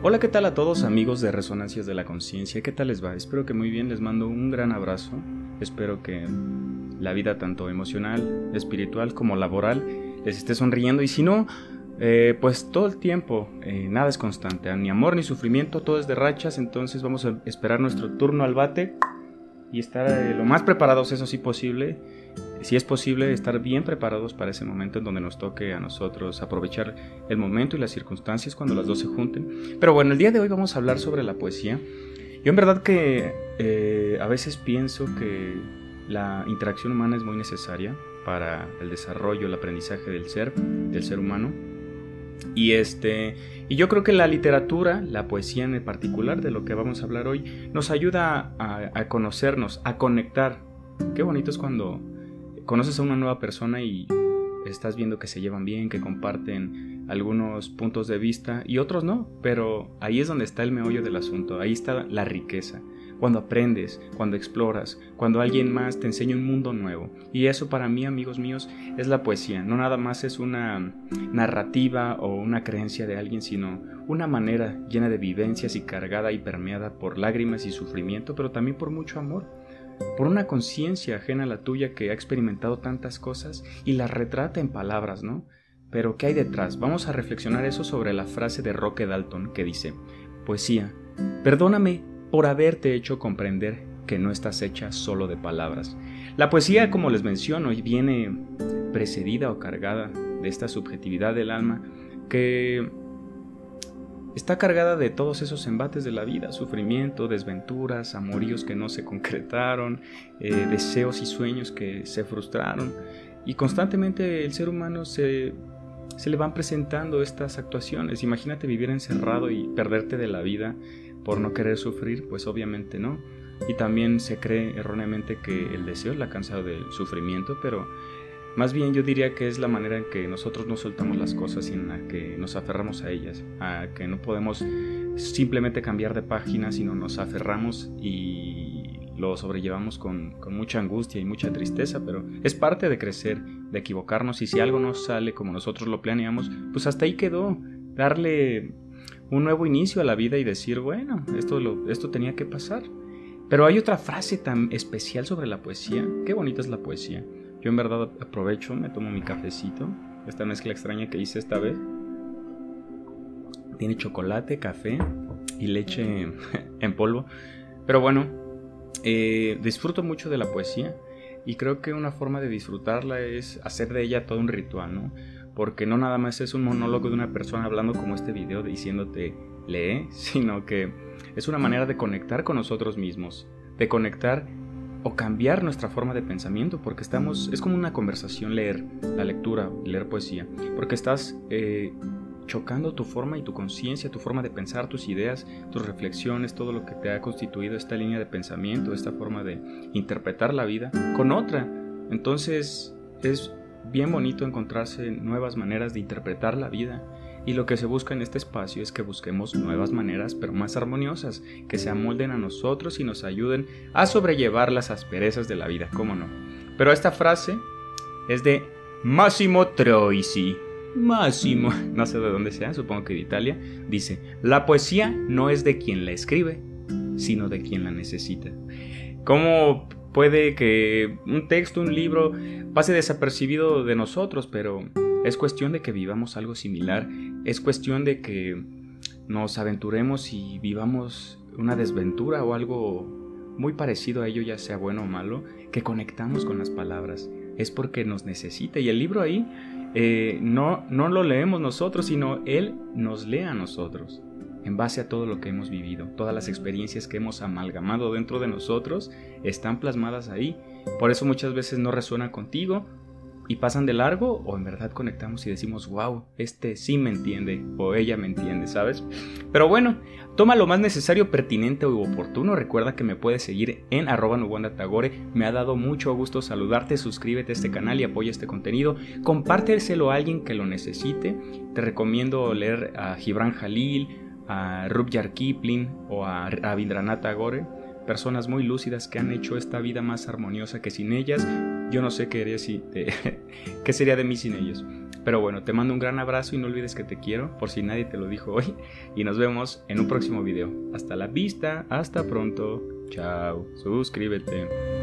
Hola, ¿qué tal a todos amigos de Resonancias de la Conciencia? ¿Qué tal les va? Espero que muy bien, les mando un gran abrazo. Espero que la vida tanto emocional, espiritual como laboral les esté sonriendo. Y si no, pues todo el tiempo, nada es constante, ni amor ni sufrimiento, todo es de rachas. Entonces vamos a esperar nuestro turno al bate y estar lo más preparados, eso sí posible. Si es posible, estar bien preparados para ese momento en donde nos toque a nosotros aprovechar el momento y las circunstancias cuando las dos se junten. Pero bueno, el día de hoy vamos a hablar sobre la poesía. Yo en verdad que a veces pienso que la interacción humana es muy necesaria para el desarrollo, el aprendizaje del ser humano. Y yo creo que la literatura, la poesía en particular, de lo que vamos a hablar hoy, nos ayuda a conocernos, a conectar. Qué bonito es cuando conoces a una nueva persona y estás viendo que se llevan bien, que comparten algunos puntos de vista y otros no, pero ahí es donde está el meollo del asunto, ahí está la riqueza. Cuando aprendes, cuando exploras, cuando alguien más te enseña un mundo nuevo. Y eso para mí, amigos míos, es la poesía. No nada más es una narrativa o una creencia de alguien, sino una manera llena de vivencias y cargada y permeada por lágrimas y sufrimiento, pero también por mucho amor. Por una conciencia ajena a la tuya que ha experimentado tantas cosas y las retrata en palabras, ¿no? Pero ¿qué hay detrás? Vamos a reflexionar eso sobre la frase de Roque Dalton que dice: poesía, perdóname por haberte hecho comprender que no estás hecha solo de palabras. La poesía, como les menciono, viene precedida o cargada de esta subjetividad del alma que está cargada de todos esos embates de la vida, sufrimiento, desventuras, amoríos que no se concretaron, deseos y sueños que se frustraron. Y constantemente el ser humano se le van presentando estas actuaciones. Imagínate vivir encerrado y perderte de la vida por no querer sufrir, pues obviamente no. Y también se cree erróneamente que el deseo es la causa del sufrimiento, pero más bien yo diría que es la manera en que nosotros no soltamos las cosas y en la que nos aferramos a ellas, a que no podemos simplemente cambiar de página, sino nos aferramos y lo sobrellevamos con mucha angustia y mucha tristeza, pero es parte de crecer, de equivocarnos, y si algo no sale como nosotros lo planeamos, pues hasta ahí quedó. Darle un nuevo inicio a la vida y decir, bueno, esto tenía que pasar. Pero hay otra frase tan especial sobre la poesía. Qué bonita es la poesía. Yo en verdad aprovecho, me tomo mi cafecito, esta mezcla extraña que hice esta vez. Tiene chocolate, café y leche en polvo. Pero bueno, disfruto mucho de la poesía y creo que una forma de disfrutarla es hacer de ella todo un ritual, ¿no? Porque no nada más es un monólogo de una persona hablando como este video diciéndote lee, sino que es una manera de conectar con nosotros mismos, de conectar o cambiar nuestra forma de pensamiento, porque es como una conversación leer la lectura, leer poesía, porque estás chocando tu forma y tu conciencia, tu forma de pensar, tus ideas, tus reflexiones, todo lo que te ha constituido esta línea de pensamiento, esta forma de interpretar la vida con otra. Entonces es bien bonito encontrarse nuevas maneras de interpretar la vida. Y lo que se busca en este espacio es que busquemos nuevas maneras, pero más armoniosas, que se amolden a nosotros y nos ayuden a sobrellevar las asperezas de la vida, ¿cómo no? Pero esta frase es de Massimo Troisi. Máximo, no sé de dónde sea, supongo que de Italia. Dice: la poesía no es de quien la escribe, sino de quien la necesita. ¿Cómo puede que un texto, un libro, pase desapercibido de nosotros? Pero es cuestión de que vivamos algo similar. Es cuestión de que nos aventuremos y vivamos una desventura o algo muy parecido a ello, ya sea bueno o malo, que conectamos con las palabras. Es porque nos necesita. Y el libro ahí no lo leemos nosotros, sino él nos lee a nosotros. En base a todo lo que hemos vivido, todas las experiencias que hemos amalgamado dentro de nosotros están plasmadas ahí. Por eso muchas veces no resuenan contigo y pasan de largo, o en verdad conectamos y decimos, wow, este sí me entiende o ella me entiende, ¿sabes? Pero bueno, toma lo más necesario, pertinente u oportuno. Recuerda que me puedes seguir en @nuwandatagore. Me ha dado mucho gusto saludarte. Suscríbete a este canal y apoya este contenido. Compárteselo a alguien que lo necesite. Te recomiendo leer a Gibran Jalil, a Rudyard Kipling o a Rabindranath Tagore, personas muy lúcidas que han hecho esta vida más armoniosa, que sin ellas yo no sé qué sería de mí sin ellos. Pero bueno, te mando un gran abrazo y no olvides que te quiero, por si nadie te lo dijo hoy, y nos vemos en un próximo video. Hasta la vista, hasta pronto, chao, suscríbete.